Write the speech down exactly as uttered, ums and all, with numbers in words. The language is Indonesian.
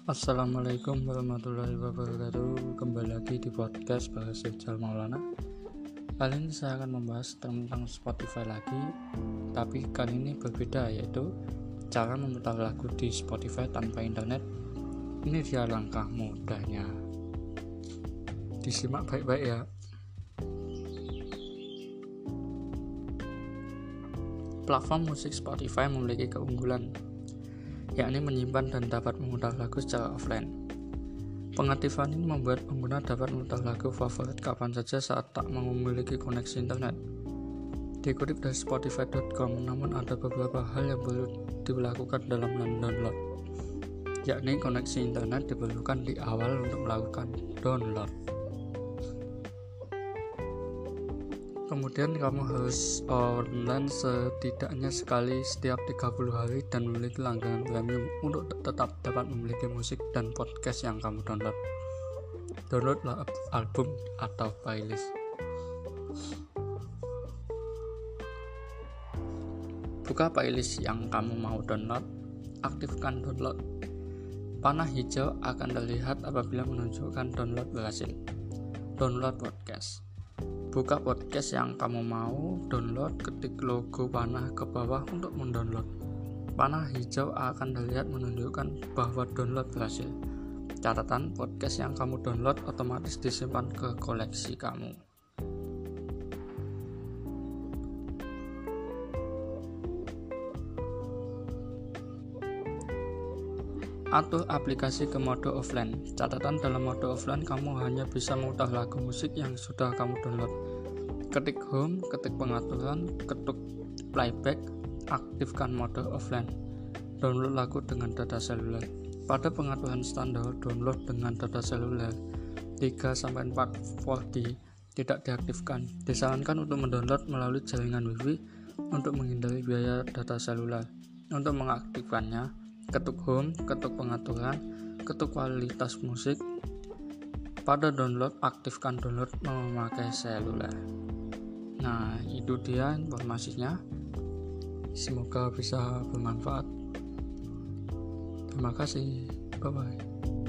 Assalamualaikum warahmatullahi wabarakatuh. Kembali lagi di podcast Bahas Rijal Maulana. Kali ini saya akan membahas tentang Spotify lagi, tapi kali ini berbeda, yaitu cara memutar lagu di Spotify tanpa internet. Ini dia langkah mudahnya. Disimak baik-baik ya. Platform musik Spotify memiliki keunggulan, yakni menyimpan dan dapat memutar lagu secara offline. Pengaktifan ini membuat pengguna dapat memutar lagu favorit kapan saja saat tak memiliki koneksi internet. Dikutip dari spotify dot com, namun ada beberapa hal yang perlu dilakukan dalam download, yakni koneksi internet diperlukan di awal untuk melakukan download. Kemudian kamu harus online setidaknya sekali setiap tiga puluh hari dan memiliki langganan premium untuk tetap dapat memiliki musik dan podcast yang kamu download. Downloadlah album atau playlist. Buka playlist yang kamu mau download, aktifkan download. Panah hijau akan terlihat apabila menunjukkan download berhasil. Download podcast. Buka podcast yang kamu mau download, ketik logo panah ke bawah untuk mendownload. Panah hijau akan terlihat menunjukkan bahwa download berhasil. Catatan, podcast yang kamu download otomatis disimpan ke koleksi kamu. Atur aplikasi ke mode offline. Catatan, dalam mode offline kamu hanya bisa memutar lagu musik yang sudah kamu download. Ketik home, ketik pengaturan, ketuk playback, aktifkan mode offline. Download lagu dengan data seluler. Pada pengaturan standar download dengan data seluler tiga sampai empat empat D tidak diaktifkan. Disarankan untuk mendownload melalui jaringan Wi-Fi untuk menghindari biaya data seluler. Untuk mengaktifkannya, ketuk home, ketuk pengaturan, ketuk kualitas musik. Pada download, aktifkan download memakai seluler. Nah, itu dia informasinya. Semoga bisa bermanfaat. Terima kasih. Bye bye.